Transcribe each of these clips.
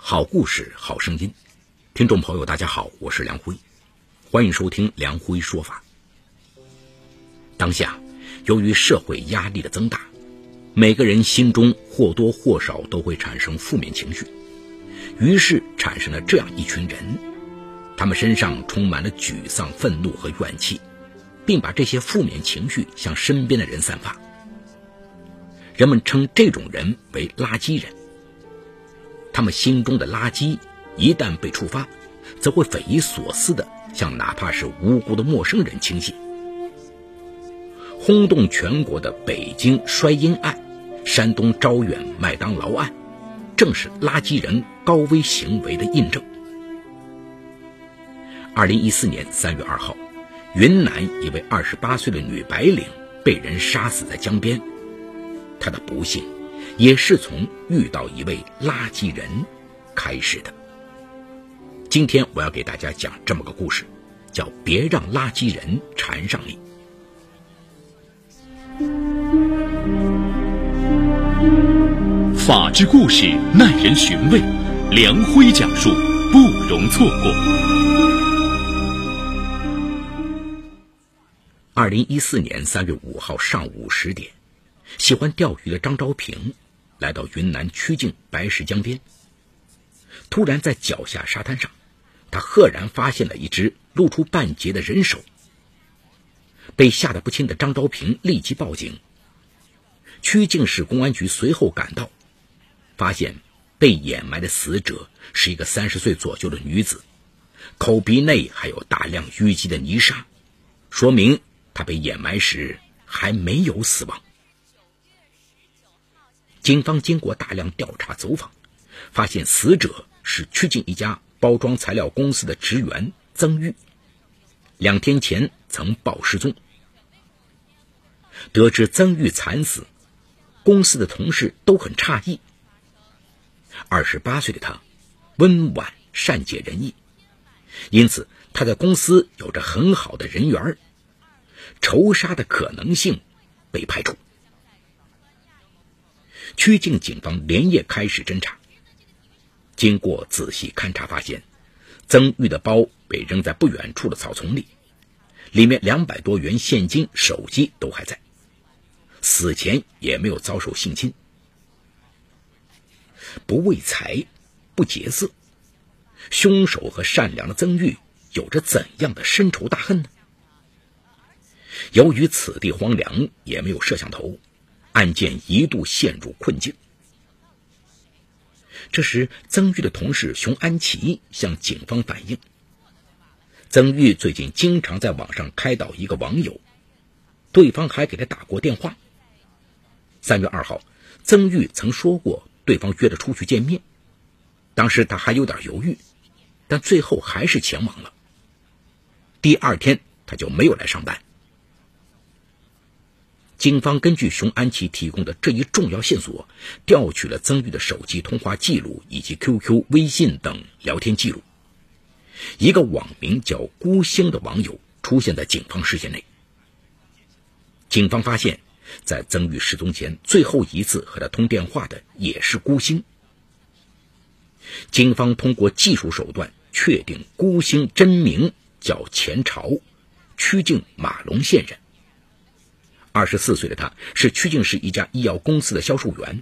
好故事，好声音。听众朋友大家好，我是梁辉，欢迎收听梁辉说法。当下由于社会压力的增大，每个人心中或多或少都会产生负面情绪，于是产生了这样一群人，他们身上充满了沮丧、愤怒和怨气，并把这些负面情绪向身边的人散发。人们称这种人为垃圾人。他们心中的垃圾一旦被触发，则会匪夷所思地向哪怕是无辜的陌生人倾泻。轰动全国的北京摔阴案、山东招远麦当劳案，正是垃圾人高危行为的印证。2014年3月2号，云南一位28岁的女白领被人杀死在江边，她的不幸也是从遇到一位垃圾人开始的。今天我要给大家讲这么个故事，叫别让垃圾人缠上你。 法治故事耐人寻味，梁辉讲述，不容错过。 2014年3月5号上午10点，喜欢钓鱼的张昭平来到云南曲靖白石江边，突然在脚下沙滩上，他赫然发现了一只露出半截的人手。被吓得不轻的张昭平立即报警，曲靖市公安局随后赶到，发现被掩埋的死者是一个30岁左右的女子，口鼻内还有大量淤积的泥沙，说明她被掩埋时还没有死亡。警方经过大量调查走访，发现死者是曲靖一家包装材料公司的职员曾玉，2天前曾报失踪。得知曾玉惨死，公司的同事都很诧异。28岁的他温婉善解人意，因此他在公司有着很好的人缘，仇杀的可能性被排除。曲靖警方连夜开始侦查，经过仔细勘查，发现曾玉的包被扔在不远处的草丛里，里面200多元现金、手机都还在，死前也没有遭受性侵。不为财，不劫色，凶手和善良的曾玉有着怎样的深仇大恨呢？由于此地荒凉，也没有摄像头，案件一度陷入困境。这时曾玉的同事熊安琪向警方反映，曾玉最近经常在网上开导一个网友，对方还给他打过电话。3月2号，曾玉曾说过对方约了出去见面，当时他还有点犹豫，但最后还是前往了。第2天他就没有来上班。警方根据熊安琪提供的这一重要线索，调取了曾玉的手机通话记录以及 QQ、微信等聊天记录。一个网名叫孤星的网友出现在警方视线内。警方发现，在曾玉失踪前最后一次和他通电话的也是孤星。警方通过技术手段确定孤星真名叫钱朝，曲靖马龙县人。24岁的他是曲靖市一家医药公司的销售员。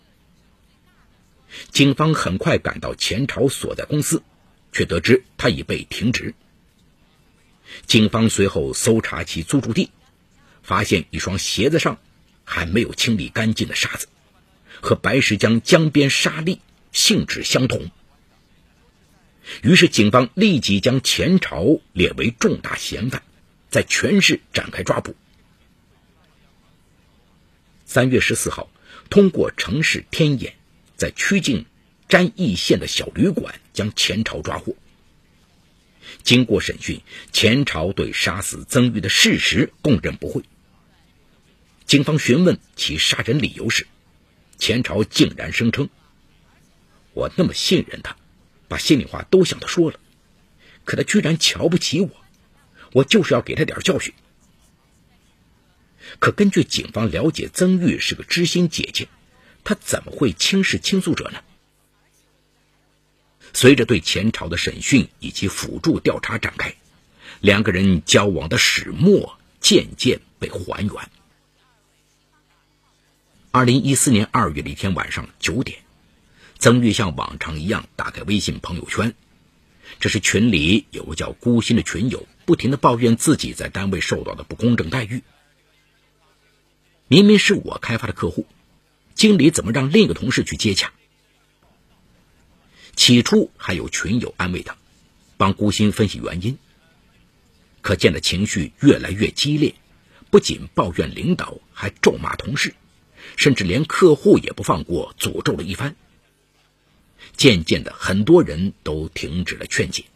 警方很快赶到钱朝所在公司，却得知他已被停职。警方随后搜查其租住地，发现一双鞋子上还没有清理干净的沙子，和白石江江边沙粒性质相同。于是警方立即将钱朝列为重大嫌犯，在全市展开抓捕。3月14号，通过城市天眼，在曲靖詹义县的小旅馆将钱朝抓获。经过审讯，钱朝对杀死曾玉的事实供认不讳。警方询问其杀人理由时，钱朝竟然声称：我那么信任他，把心里话都向他说了，可他居然瞧不起我，我就是要给他点教训。可根据警方了解，曾玉是个知心姐姐，她怎么会轻视倾诉者呢？ 随着对前朝的审讯以及辅助调查展开，两个人交往的始末渐渐被还原。2014年2月的一天晚上9点，曾玉像往常一样打开微信朋友圈，这是群里有个叫孤心的群友不停地抱怨自己在单位受到的不公正待遇。明明是我开发的客户，经理怎么让另一个同事去接洽？起初还有群友安慰他，帮孤心分析原因，可见的情绪越来越激烈，不仅抱怨领导，还咒骂同事，甚至连客户也不放过，诅咒了一番。渐渐的，很多人都停止了劝解。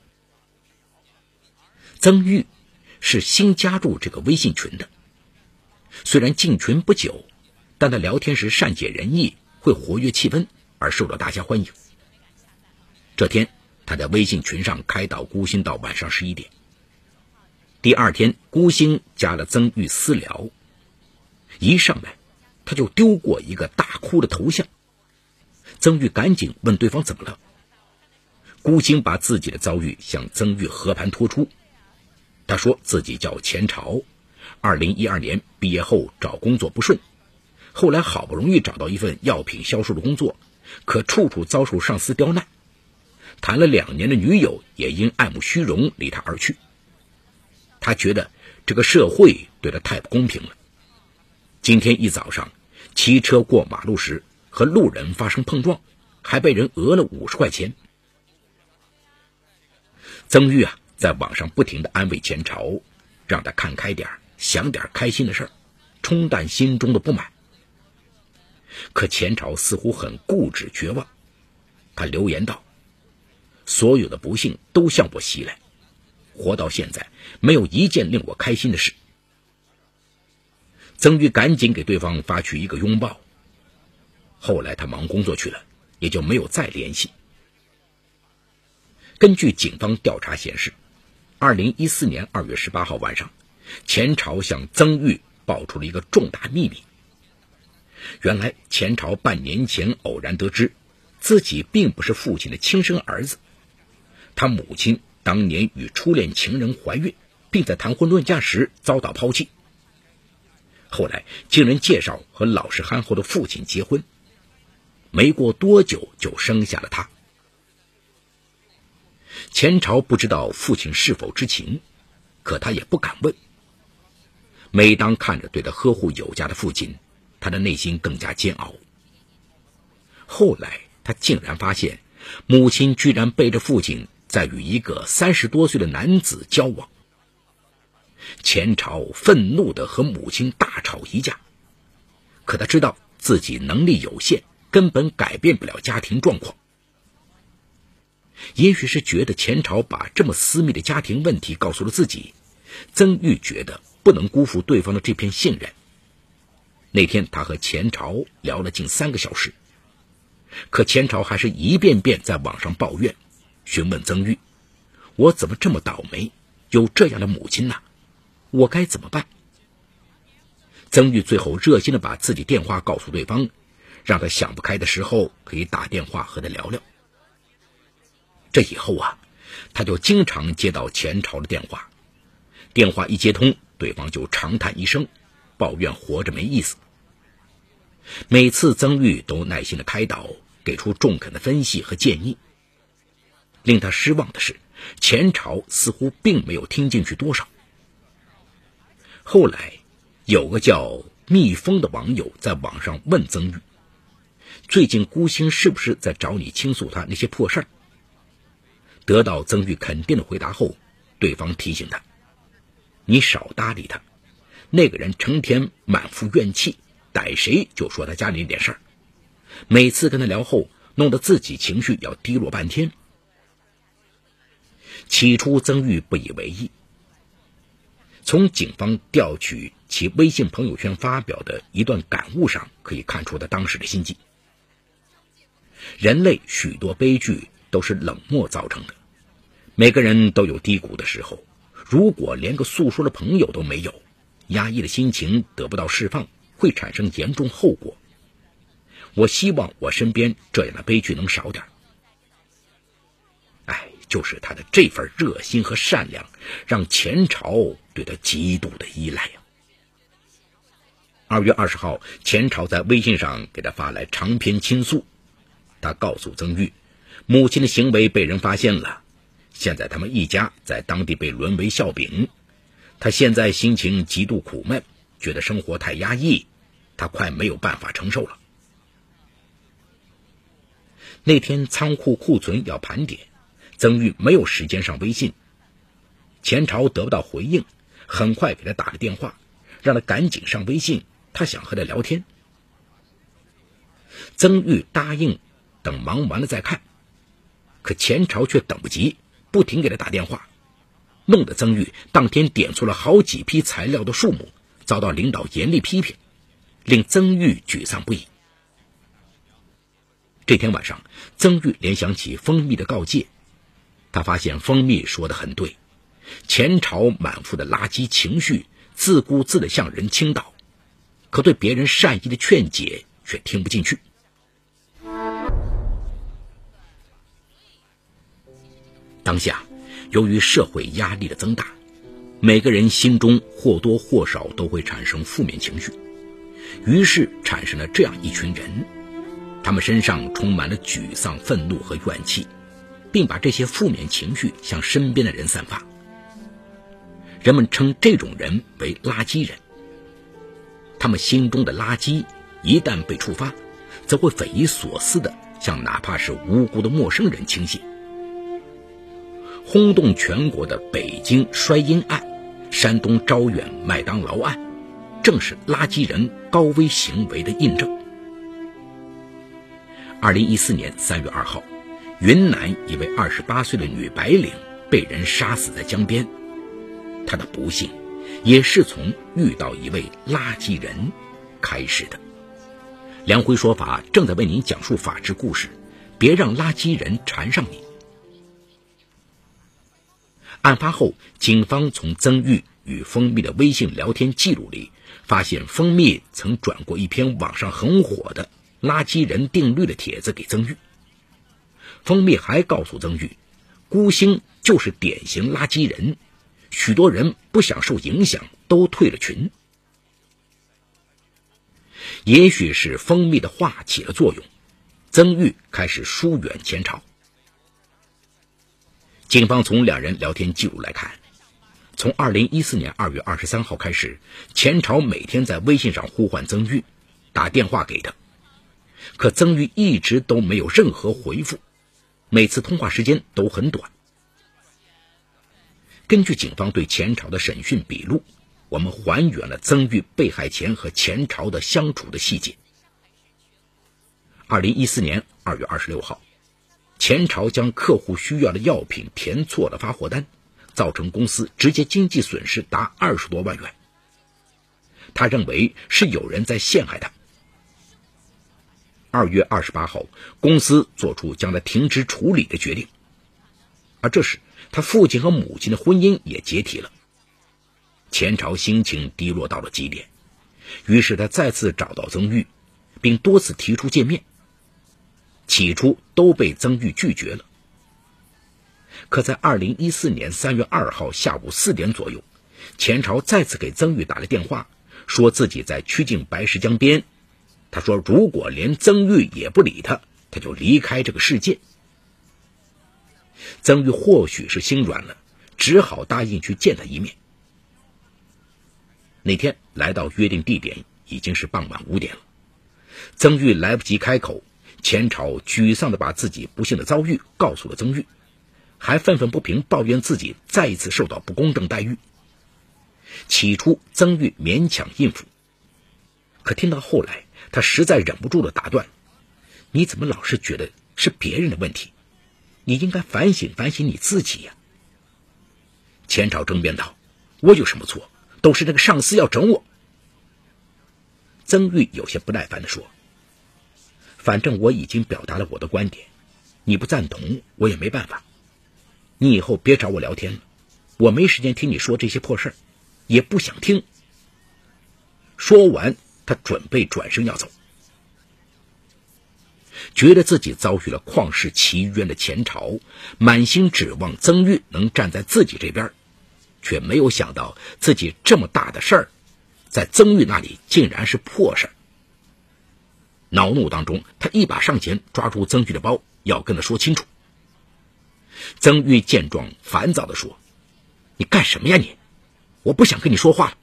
曾玉是新加入这个微信群的，虽然进群不久，但他聊天时善解人意，会活跃气氛，而受到大家欢迎。这天，他在微信群上开导孤心到晚上11点。第二天，孤心加了曾玉私聊，一上来他就丢过一个大哭的头像。曾玉赶紧问对方怎么了，孤心把自己的遭遇向曾玉和盘托出。他说自己叫钱朝，2012年毕业后找工作不顺，后来好不容易找到一份药品销售的工作，可处处遭受上司刁难，谈了2年的女友也因爱慕虚荣离他而去。他觉得这个社会对他太不公平了。今天一早上骑车过马路时和路人发生碰撞，还被人讹了50块钱。曾玉在网上不停地安慰钱朝，让他看开点，想点开心的事儿，冲淡心中的不满。可钱朝似乎很固执绝望，他留言道：所有的不幸都向我袭来，活到现在没有一件令我开心的事。曾玉赶紧给对方发去一个拥抱，后来他忙工作去了，也就没有再联系。根据警方调查显示，2014年2月18号晚上，钱朝向曾玉爆出了一个重大秘密。原来钱朝半年前偶然得知自己并不是父亲的亲生儿子，他母亲当年与初恋情人怀孕，并在谈婚论嫁时遭到抛弃，后来经人介绍和老实憨厚的父亲结婚，没过多久就生下了他。钱朝不知道父亲是否知情，可他也不敢问。每当看着对他呵护有加的父亲，他的内心更加煎熬。后来他竟然发现，母亲居然背着父亲在与一个30多岁的男子交往。钱朝愤怒地和母亲大吵一架，可他知道自己能力有限，根本改变不了家庭状况。也许是觉得钱朝把这么私密的家庭问题告诉了自己，曾玉觉得不能辜负对方的这片信任。那天他和钱朝聊了近3个小时，可钱朝还是一遍遍在网上抱怨，询问曾玉：我怎么这么倒霉，有这样的母亲呢？我该怎么办？曾玉最后热心地把自己电话告诉对方，让他想不开的时候可以打电话和他聊聊。这以后他就经常接到钱朝的电话，电话一接通，对方就长叹一声，抱怨活着没意思。每次曾玉都耐心的开导，给出中肯的分析和建议。令他失望的是，钱朝似乎并没有听进去多少。后来有个叫蜜蜂的网友在网上问曾玉，最近孤星是不是在找你倾诉他那些破事儿？得到曾玉肯定的回答后，对方提醒他，你少搭理他，那个人成天满腹怨气，逮谁就说他家里那点事儿，每次跟他聊后，弄得自己情绪要低落半天。起初曾玉不以为意，从警方调取其微信朋友圈发表的一段感悟上可以看出他当时的心迹。人类许多悲剧都是冷漠造成的，每个人都有低谷的时候，如果连个诉说的朋友都没有，压抑的心情得不到释放，会产生严重后果。我希望我身边这样的悲剧能少点。 就是他的这份热心和善良，让前朝对他极度的依赖2月20号，前朝在微信上给他发来长篇倾诉，他告诉曾玉，母亲的行为被人发现了，现在他们一家在当地被沦为笑柄，他现在心情极度苦闷，觉得生活太压抑，他快没有办法承受了。那天仓库库存要盘点，曾玉没有时间上微信，前朝得不到回应，很快给他打了电话，让他赶紧上微信，他想和他聊天。曾玉答应等忙完了再看，可前朝却等不及，不停给他打电话，弄得曾玉当天点错了好几批材料的数目，遭到领导严厉批评，令曾玉沮丧不已。这天晚上，曾玉联想起蜂蜜的告诫，他发现蜂蜜说得很对，前朝满腹的垃圾情绪，自顾自地向人倾倒，可对别人善意的劝解却听不进去。当下，由于社会压力的增大，每个人心中或多或少都会产生负面情绪，于是产生了这样一群人，他们身上充满了沮丧、愤怒和怨气，并把这些负面情绪向身边的人散发。人们称这种人为垃圾人。他们心中的垃圾一旦被触发，则会匪夷所思地向哪怕是无辜的陌生人倾泻。轰动全国的北京摔阴案、山东招远麦当劳案，正是垃圾人高危行为的印证。2014年3月2号，云南一位28岁的女白领被人杀死在江边，她的不幸也是从遇到一位垃圾人开始的。梁辉说法正在为您讲述法治故事，别让垃圾人缠上你。案发后，警方从曾玉与蜂蜜的微信聊天记录里，发现蜂蜜曾转过一篇网上很火的垃圾人定律的帖子给曾玉。蜂蜜还告诉曾玉，孤星就是典型垃圾人，许多人不想受影响，都退了群。也许是蜂蜜的话起了作用，曾玉开始疏远前朝。警方从两人聊天记录来看，从2014年2月23号开始，前朝每天在微信上呼唤曾玉，打电话给他，可曾玉一直都没有任何回复，每次通话时间都很短。根据警方对前朝的审讯笔录，我们还原了曾玉被害前和前朝的相处的细节。2014年2月26号，前朝将客户需要的药品填错了发货单，造成公司直接经济损失达20多万元。他认为是有人在陷害他。2月28号，公司做出将他停职处理的决定。而这时，他父亲和母亲的婚姻也解体了。前朝心情低落到了极点，于是他再次找到曾玉，并多次提出见面。起初都被曾玉拒绝了。可在2014年3月2号下午4点左右，前朝再次给曾玉打了电话，说自己在曲靖白石江边。他说如果连曾玉也不理他，他就离开这个世界。曾玉或许是心软了，只好答应去见他一面。那天来到约定地点已经是傍晚5点了，曾玉来不及开口，前朝沮丧地把自己不幸的遭遇告诉了曾玉，还愤愤不平抱怨自己再一次受到不公正待遇。起初曾玉勉强应付，可听到后来，他实在忍不住地打断，你怎么老是觉得是别人的问题？你应该反省反省你自己呀。前朝争辩道，我有什么错？都是那个上司要整我。曾玉有些不耐烦地说，反正我已经表达了我的观点，你不赞同我也没办法，你以后别找我聊天了，我没时间听你说这些破事儿，也不想听。说完，他准备转身要走。 觉得自己遭遇了旷世奇冤的前朝，满心指望曾玉能站在自己这边，却没有想到自己这么大的事儿，在曾玉那里竟然是破事儿。恼怒当中，他一把上前抓住曾玉的包，要跟他说清楚。曾玉见状烦躁地说：你干什么呀你？我不想跟你说话了。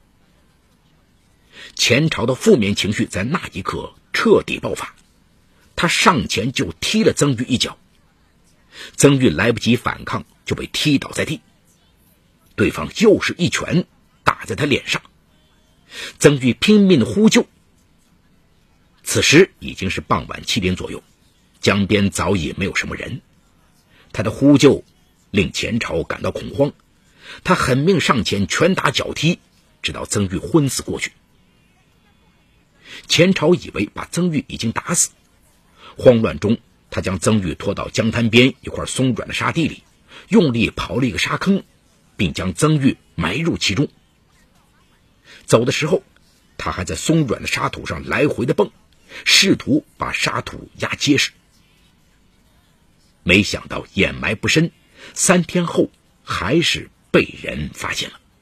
前朝的负面情绪在那一刻彻底爆发，他上前就踢了曾玉一脚，曾玉来不及反抗就被踢倒在地，对方又是一拳打在他脸上，曾玉拼命的呼救。此时已经是傍晚7点左右，江边早已没有什么人，他的呼救令前朝感到恐慌，他狠命上前拳打脚踢，直到曾玉昏死过去。前朝以为把曾玉已经打死，慌乱中他将曾玉拖到江滩边一块松软的沙地里，用力刨了一个沙坑，并将曾玉埋入其中。走的时候，他还在松软的沙土上来回的蹦，试图把沙土压结实。没想到掩埋不深，3天后还是被人发现了。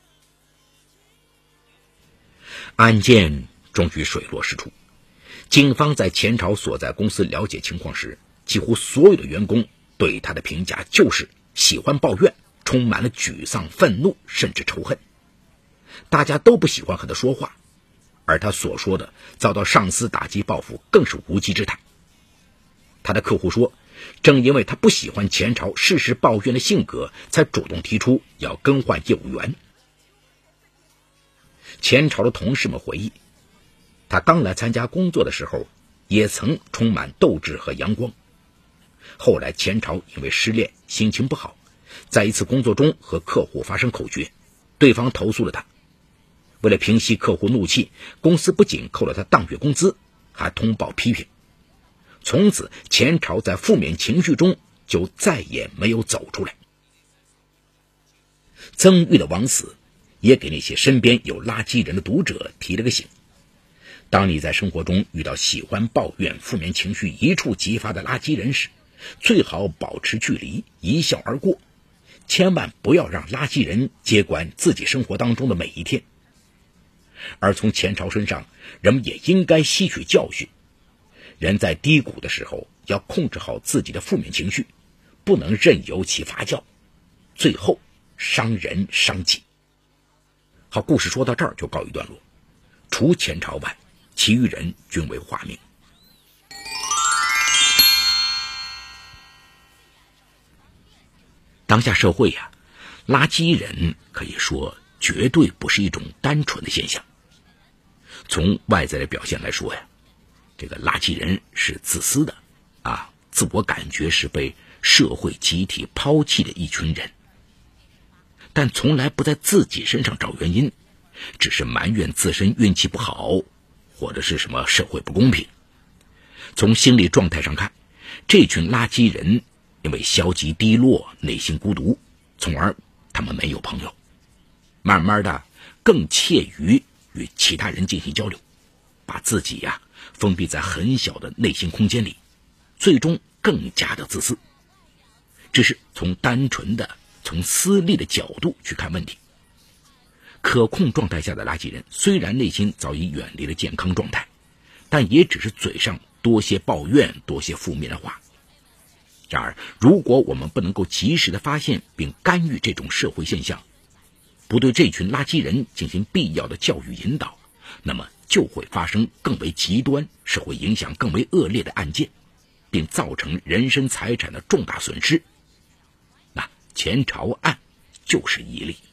案件终于水落石出，警方在前朝所在公司了解情况时，几乎所有的员工对他的评价就是喜欢抱怨，充满了沮丧、愤怒甚至仇恨。大家都不喜欢和他说话，而他所说的遭到上司打击报复更是无稽之谈。他的客户说，正因为他不喜欢前朝事事抱怨的性格，才主动提出要更换业务员。前朝的同事们回忆，他刚来参加工作的时候也曾充满斗志和阳光。后来前朝因为失恋心情不好，在一次工作中和客户发生口角，对方投诉了他。为了平息客户怒气，公司不仅扣了他当月工资，还通报批评。从此前朝在负面情绪中就再也没有走出来。曾玉的枉死也给那些身边有垃圾人的读者提了个醒。当你在生活中遇到喜欢抱怨、负面情绪一触即发的垃圾人时，最好保持距离，一笑而过，千万不要让垃圾人接管自己生活当中的每一天。而从前朝身上，人们也应该吸取教训。人在低谷的时候，要控制好自己的负面情绪，不能任由其发酵，最后伤人伤己。好，故事说到这儿就告一段落。除前朝外，其余人均为化名。当下社会呀，垃圾人可以说绝对不是一种单纯的现象。从外在的表现来说呀，这个垃圾人是自私的自我感觉是被社会集体抛弃的一群人，但从来不在自己身上找原因，只是埋怨自身运气不好，或者是什么社会不公平。从心理状态上看，这群垃圾人因为消极低落，内心孤独，从而他们没有朋友，慢慢的更怯于与其他人进行交流，把自己封闭在很小的内心空间里，最终更加的自私。只是从单纯的从私利的角度去看问题，可控状态下的垃圾人虽然内心早已远离了健康状态，但也只是嘴上多些抱怨，多些负面的话。然而如果我们不能够及时的发现并干预这种社会现象，不对这群垃圾人进行必要的教育引导，那么就会发生更为极端、社会影响更为恶劣的案件，并造成人身财产的重大损失。那前朝案就是一例。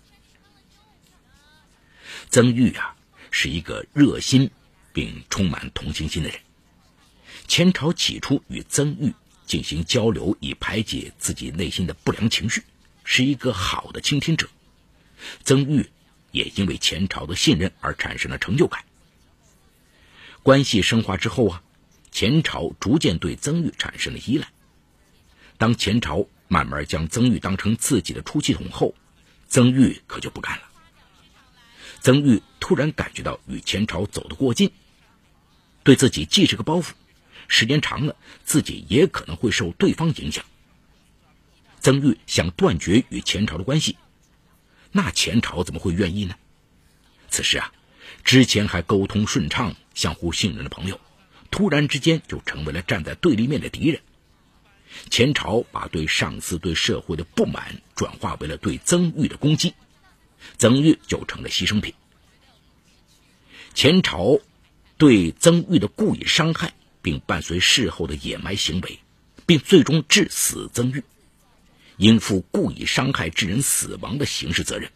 曾玉是一个热心并充满同情心的人。前朝起初与曾玉进行交流，以排解自己内心的不良情绪，是一个好的倾听者。曾玉也因为前朝的信任而产生了成就感。关系深化之后前朝逐渐对曾玉产生了依赖。当前朝慢慢将曾玉当成自己的出气筒后，曾玉可就不干了。曾玉突然感觉到与前朝走得过近，对自己既是个包袱， 时间长了，自己也可能会受对方影响。曾玉想断绝与钱朝的关系，那钱朝怎么会愿意呢？此时之前还沟通顺畅、相互信任的朋友，突然之间就成为了站在对立面的敌人。钱朝把对上司、对社会的不满转化为了对曾玉的攻击，曾玉就成了牺牲品。钱朝对曾玉的故意伤害，并伴随事后的野蛮行为，并最终致死曾玉，应负故意伤害致人死亡的刑事责任。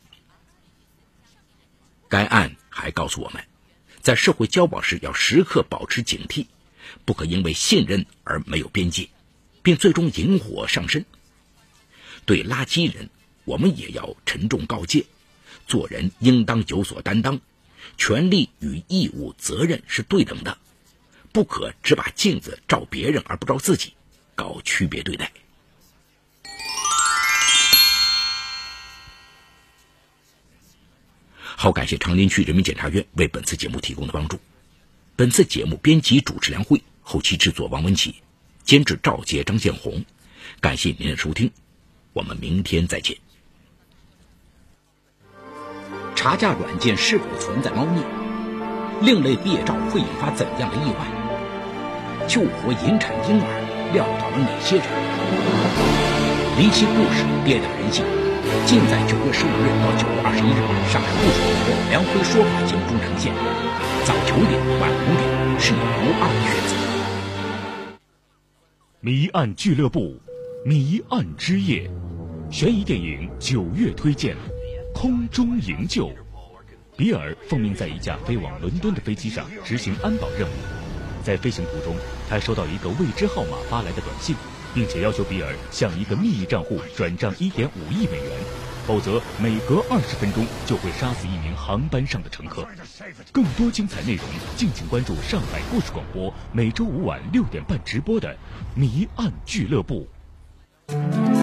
该案还告诉我们，在社会交往时要时刻保持警惕，不可因为信任而没有边界，并最终引火上身。对垃圾人，我们也要沉重告诫，做人应当有所担当，权利与义务责任是对等的，不可只把镜子照别人而不照自己，搞区别对待。好，感谢长宁区人民检察院为本次节目提供的帮助。本次节目编辑主持梁慧，后期制作王文琪，监制赵杰、张建红。感谢您的收听，我们明天再见。查价软件是否存在猫腻？另类毕业照会引发怎样的意外？救活引产婴儿撂倒了哪些人？离奇故事，跌宕人心，尽在9月15日到9月21日上海故事广播梁辉说法节目中呈现。早9点晚5点是你不二的选择。 谜案俱乐部，谜案之夜，悬疑电影9月推荐，空中营救。比尔奉命在一架飞往伦敦的飞机上执行安保任务，在飞行途中，他收到一个未知号码发来的短信，并且要求比尔向一个秘密账户转账1.5亿美元，否则每隔20分钟就会杀死一名航班上的乘客。更多精彩内容，敬请关注上海故事广播每周5晚6点半直播的谜案俱乐部。